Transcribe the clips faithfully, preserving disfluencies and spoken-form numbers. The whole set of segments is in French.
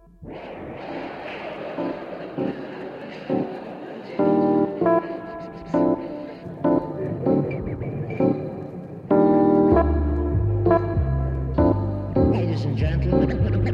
Ladies and gentlemen,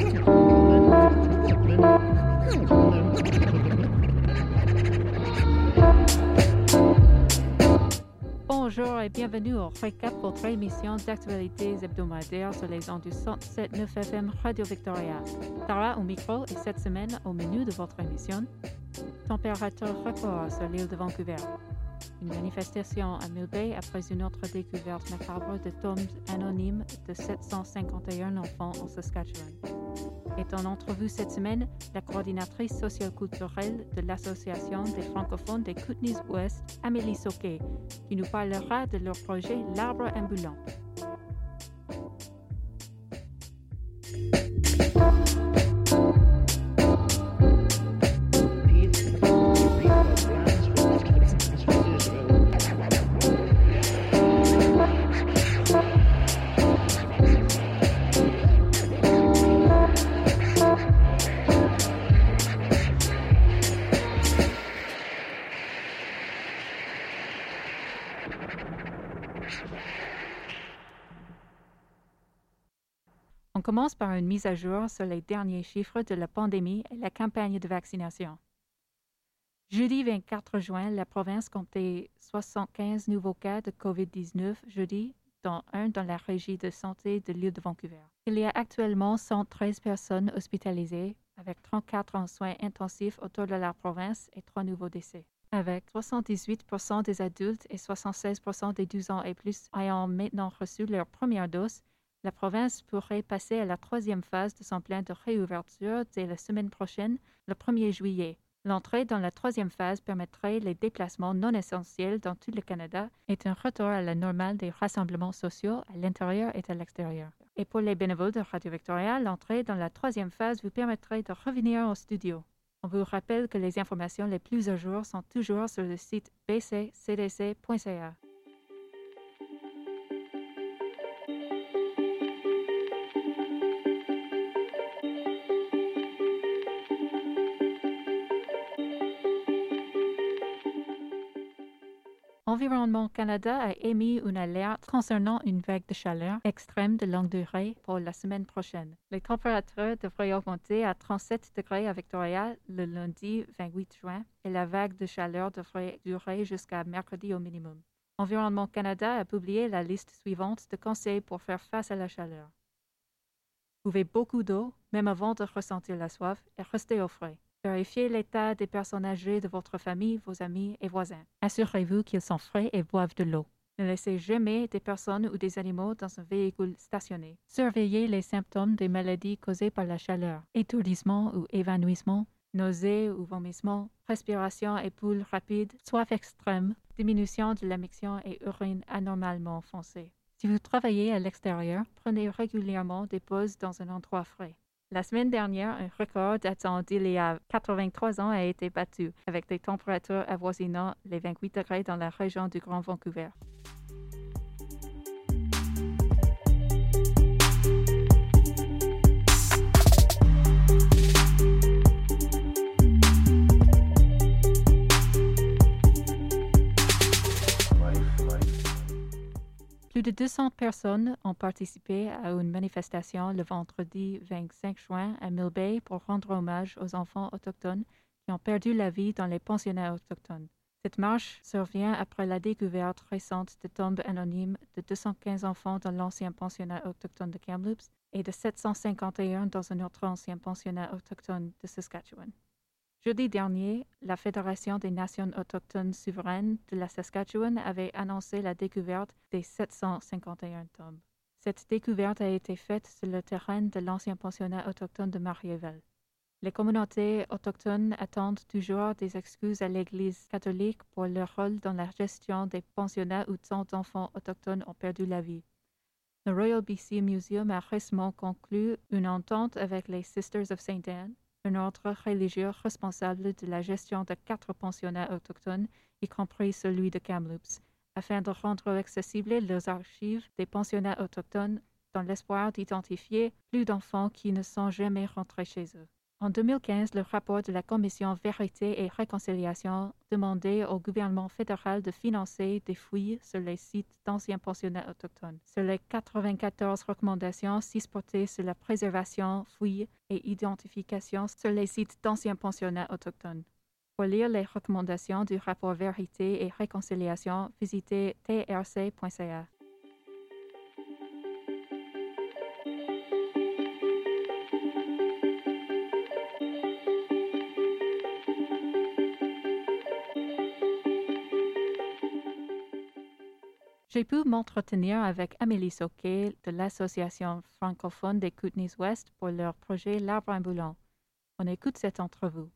bonjour et bienvenue au Recap, votre émission d'actualités hebdomadaires sur les ondes du cent sept virgule neuf F M Radio Victoria. Tara au micro et cette semaine au menu de votre émission, température record sur l'île de Vancouver. Une manifestation à Mill Bay après une autre découverte macabre de tombes anonymes de sept cent cinquante et un enfants en Saskatchewan. Et en entrevue cette semaine, la coordinatrice socioculturelle de l'Association des francophones des Kootenays-Ouest, Amélie Sauquet, qui nous parlera de leur projet L'Arbre ambulant. On commence par une mise à jour sur les derniers chiffres de la pandémie et la campagne de vaccination. Jeudi vingt-quatre juin, la province comptait soixante-quinze nouveaux cas de covid dix-neuf jeudi, dont un dans la régie de santé de l'île de Vancouver. Il y a actuellement cent treize personnes hospitalisées, avec trente-quatre en soins intensifs autour de la province et trois nouveaux décès. Avec soixante-dix-huit pour cent des adultes et soixante-seize pour cent des douze ans et plus ayant maintenant reçu leur première dose, la province pourrait passer à la troisième phase de son plan de réouverture dès la semaine prochaine, le premier juillet. L'entrée dans la troisième phase permettrait les déplacements non essentiels dans tout le Canada et un retour à la normale des rassemblements sociaux à l'intérieur et à l'extérieur. Et pour les bénévoles de Radio Victoria, l'entrée dans la troisième phase vous permettrait de revenir au studio. On vous rappelle que les informations les plus à jour sont toujours sur le site b c c d c point c a. Environnement Canada a émis une alerte concernant une vague de chaleur extrême de longue durée pour la semaine prochaine. Les températures devraient augmenter à trente-sept degrés à Victoria le lundi vingt-huit juin et la vague de chaleur devrait durer jusqu'à mercredi au minimum. Environnement Canada a publié la liste suivante de conseils pour faire face à la chaleur. Buvez beaucoup d'eau, même avant de ressentir la soif, et restez au frais. Vérifiez l'état des personnes âgées de votre famille, vos amis et voisins. Assurez-vous qu'ils sont frais et boivent de l'eau. Ne laissez jamais des personnes ou des animaux dans un véhicule stationné. Surveillez les symptômes des maladies causées par la chaleur. Étourdissement ou évanouissement, nausées ou vomissements, respiration et pouls rapide, soif extrême, diminution de la miction et urine anormalement foncée. Si vous travaillez à l'extérieur, prenez régulièrement des pauses dans un endroit frais. La semaine dernière, un record datant d'il y a quatre-vingt-trois ans a été battu, avec des températures avoisinant les vingt-huit degrés dans la région du Grand Vancouver. Plus de deux cents personnes ont participé à une manifestation le vendredi vingt-cinq juin à Mill Bay pour rendre hommage aux enfants autochtones qui ont perdu la vie dans les pensionnats autochtones. Cette marche survient après la découverte récente de tombes anonymes de deux cent quinze enfants dans l'ancien pensionnat autochtone de Kamloops et de sept cent cinquante et un dans un autre ancien pensionnat autochtone de Saskatchewan. Jeudi dernier, la Fédération des Nations autochtones souveraines de la Saskatchewan avait annoncé la découverte des sept cent cinquante et un tombes. Cette découverte a été faite sur le terrain de l'ancien pensionnat autochtone de Marieville. Les communautés autochtones attendent toujours des excuses à l'Église catholique pour leur rôle dans la gestion des pensionnats où tant d'enfants autochtones ont perdu la vie. Le Royal B C Museum a récemment conclu une entente avec les Sisters of Saint Anne, un ordre religieux responsable de la gestion de quatre pensionnats autochtones, y compris celui de Kamloops, afin de rendre accessibles leurs archives des pensionnats autochtones dans l'espoir d'identifier plus d'enfants qui ne sont jamais rentrés chez eux. En deux mille quinze, le rapport de la Commission Vérité et Réconciliation demandait au gouvernement fédéral de financer des fouilles sur les sites d'anciens pensionnats autochtones. Sur les quatre-vingt-quatorze recommandations, six portaient sur la préservation, fouilles et identification sur les sites d'anciens pensionnats autochtones. Pour lire les recommandations du rapport Vérité et Réconciliation, visitez t r c point c a. J'ai pu m'entretenir avec Amélie Sauquet de l'Association francophone des Kootenays-Ouest pour leur projet L'Arbre ambulant. On écoute cette entrevue.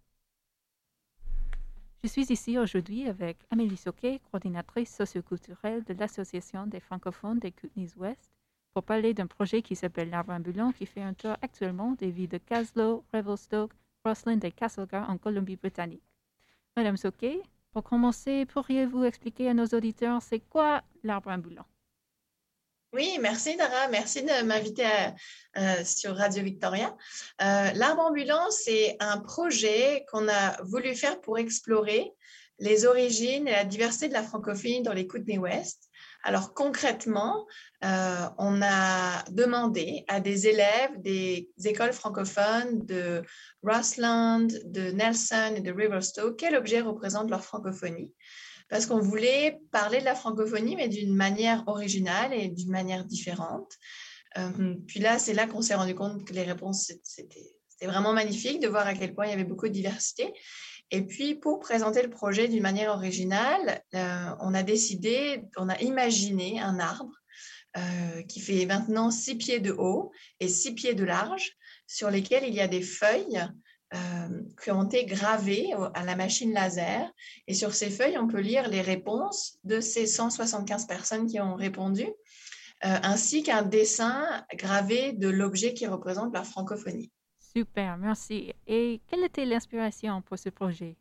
Je suis ici aujourd'hui avec Amélie Sauquet, coordinatrice socioculturelle de l'Association des francophones des Kootenays-Ouest, pour parler d'un projet qui s'appelle L'Arbre ambulant qui fait un tour actuellement des villes de Kaslo, Revelstoke, Rossland et Castlegar en Colombie-Britannique. Madame Sauquet, pour commencer, pourriez-vous expliquer à nos auditeurs c'est quoi l'arbre ambulant? Oui, merci Dara, merci de m'inviter à, euh, sur Radio Victoria. Euh, L'arbre ambulant, c'est un projet qu'on a voulu faire pour explorer les origines et la diversité de la francophonie dans les Kootenays-Ouest. Alors concrètement, euh, on a demandé à des élèves des écoles francophones de Rossland, de Nelson et de Revelstoke quel objet représente leur francophonie. Parce qu'on voulait parler de la francophonie, mais d'une manière originale et d'une manière différente. Euh, puis là, c'est là qu'on s'est rendu compte que les réponses, c'était, c'était vraiment magnifique de voir à quel point il y avait beaucoup de diversité. Et puis, pour présenter le projet d'une manière originale, euh, on a décidé, on a imaginé un arbre euh, qui fait maintenant six pieds de haut et six pieds de large, sur lesquels il y a des feuilles Euh, qui ont été gravées à la machine laser. Et sur ces feuilles, on peut lire les réponses de ces cent soixante-quinze personnes qui ont répondu, euh, ainsi qu'un dessin gravé de l'objet qui représente leur francophonie. Super, merci. Et quelle était l'inspiration pour ce projet?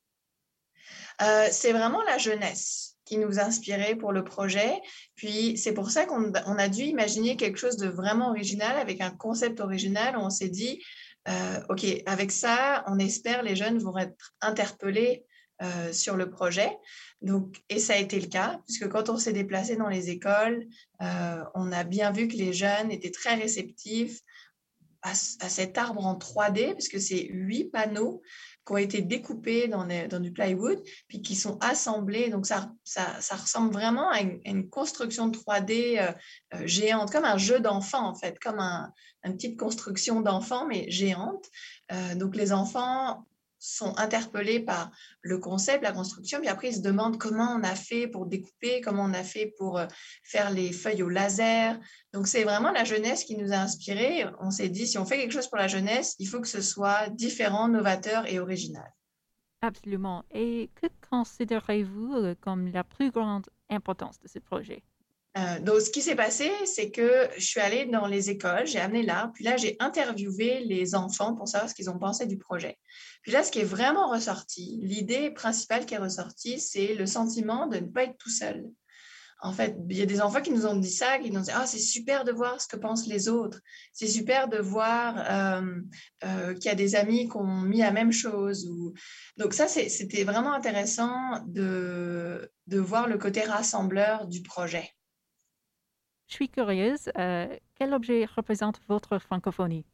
Euh, c'est vraiment la jeunesse qui nous inspirait pour le projet. Puis c'est pour ça qu'on on a dû imaginer quelque chose de vraiment original, avec un concept original où on s'est dit Euh, OK, avec ça, on espère les jeunes vont être interpellés euh, sur le projet. Donc, et ça a été le cas, puisque quand on s'est déplacé dans les écoles, euh, on a bien vu que les jeunes étaient très réceptifs à, à cet arbre en trois D, puisque c'est huit panneaux qui ont été découpés dans, les, dans du plywood, puis qui sont assemblés. Donc, ça, ça, ça ressemble vraiment à une, à une construction trois D euh, euh, géante, comme un jeu d'enfant, en fait, comme un, une petite construction d'enfant, mais géante. Euh, donc, les enfants sont interpellés par le concept, la construction, puis après, ils se demandent comment on a fait pour découper, comment on a fait pour euh, faire les feuilles au laser. Donc, c'est vraiment la jeunesse qui nous a inspirés. On s'est dit, si on fait quelque chose pour la jeunesse, il faut que ce soit différent, novateur et original. Absolument. Et que considérez-vous comme la plus grande importance de ce projet? Euh, donc, ce qui s'est passé, c'est que je suis allée dans les écoles, j'ai amené l'arbre, puis là, j'ai interviewé les enfants pour savoir ce qu'ils ont pensé du projet. Puis là, ce qui est vraiment ressorti, l'idée principale qui est ressortie, c'est le sentiment de ne pas être tout seul. En fait, il y a des enfants qui nous ont dit ça, qui nous ont dit « Ah, c'est super de voir ce que pensent les autres. C'est super de voir euh, euh, qu'il y a des amis qui ont mis la même chose. » Ou... Donc ça, c'est, c'était vraiment intéressant de, de voir le côté rassembleur du projet. Je suis curieuse, euh, quel objet représente votre francophonie?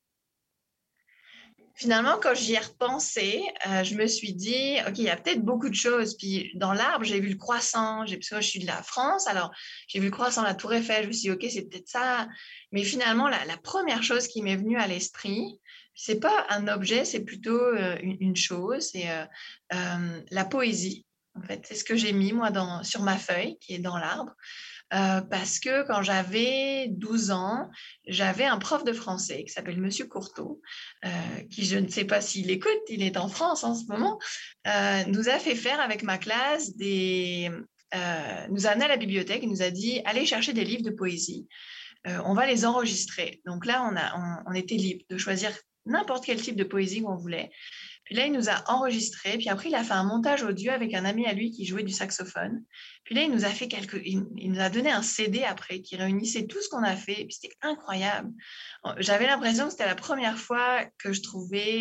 Finalement, quand j'y ai repensé, euh, je me suis dit, OK, il y a peut-être beaucoup de choses. Puis dans l'arbre, j'ai vu le croissant, j'ai, parce que je suis de la France, alors j'ai vu le croissant, la tour Eiffel, je me suis dit, OK, c'est peut-être ça. Mais finalement, la, la première chose qui m'est venue à l'esprit, c'est pas un objet, c'est plutôt euh, une, une chose, c'est euh, euh, la poésie. En fait, c'est ce que j'ai mis, moi, dans, sur ma feuille, qui est dans l'arbre. Euh, parce que quand j'avais douze ans, j'avais un prof de français qui s'appelle Monsieur Courteau, euh, qui, je ne sais pas s'il écoute, il est en France en ce moment, euh, nous a fait faire avec ma classe des... Euh, nous a amené à la bibliothèque et nous a dit « Allez chercher des livres de poésie, euh, on va les enregistrer. » Donc là, on, a, on, on était libre de choisir n'importe quel type de poésie qu'on voulait. Puis là, il nous a enregistrés. Puis après, il a fait un montage audio avec un ami à lui qui jouait du saxophone. Puis là, il nous a fait quelques, il, il nous a donné un C D après qui réunissait tout ce qu'on a fait. Puis c'était incroyable. J'avais l'impression que c'était la première fois que je trouvais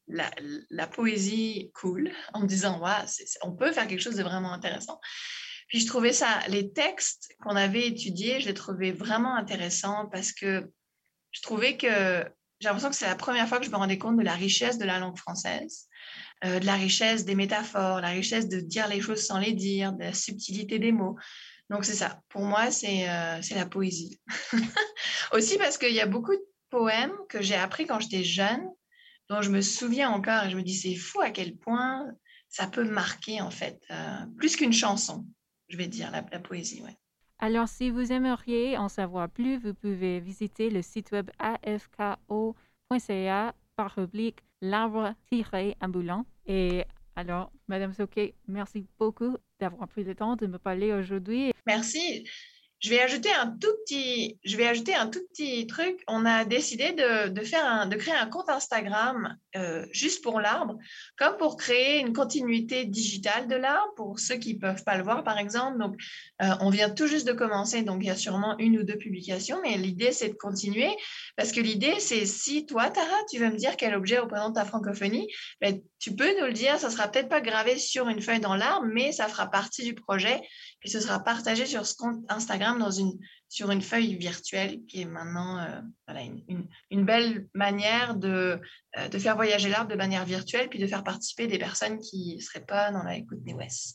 la, la poésie cool en me disant ouais, c'est, c'est, on peut faire quelque chose de vraiment intéressant. Puis je trouvais ça, les textes qu'on avait étudiés, je les trouvais vraiment intéressants parce que je trouvais que j'ai l'impression que c'est la première fois que je me rendais compte de la richesse de la langue française, euh, de la richesse des métaphores, la richesse de dire les choses sans les dire, de la subtilité des mots. Donc c'est ça. Pour moi, c'est, euh, c'est la poésie. Aussi parce qu'il y a beaucoup de poèmes que j'ai appris quand j'étais jeune, dont je me souviens encore et je me dis c'est fou à quel point ça peut marquer en fait, euh, plus qu'une chanson, je vais dire, la, la poésie. Ouais. Alors, si vous aimeriez en savoir plus, vous pouvez visiter le site web a f k o point c a par rubrique l'arbre-ambulant. Et alors, Madame Soquet, merci beaucoup d'avoir pris le temps de me parler aujourd'hui. Merci. Je vais ajouter un tout petit, je vais ajouter un tout petit truc. On a décidé de, de faire un, de créer un compte Instagram euh, juste pour l'arbre, comme pour créer une continuité digitale de l'arbre pour ceux qui peuvent pas le voir, par exemple. Donc, euh, on vient tout juste de commencer, donc il y a sûrement une ou deux publications, mais l'idée c'est de continuer parce que l'idée c'est si toi, Tara, tu veux me dire quel objet représente ta francophonie, ben, tu peux nous le dire. Ça sera peut-être pas gravé sur une feuille dans l'arbre, mais ça fera partie du projet. Puis ce sera partagé sur ce compte Instagram dans une, sur une feuille virtuelle qui est maintenant euh, voilà, une, une, une belle manière de, euh, de faire voyager l'arbre de manière virtuelle puis de faire participer des personnes qui ne seraient pas dans la écoute des Ouest.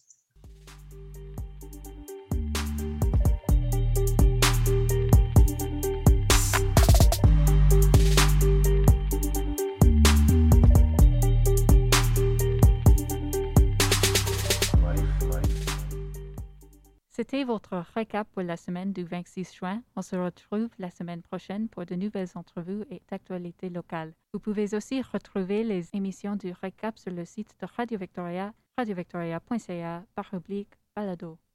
C'était votre récap pour la semaine du vingt-six juin. On se retrouve la semaine prochaine pour de nouvelles entrevues et d'actualités locales. Vous pouvez aussi retrouver les émissions du récap sur le site de Radio Victoria, radio victoria point c a par rubrique balado.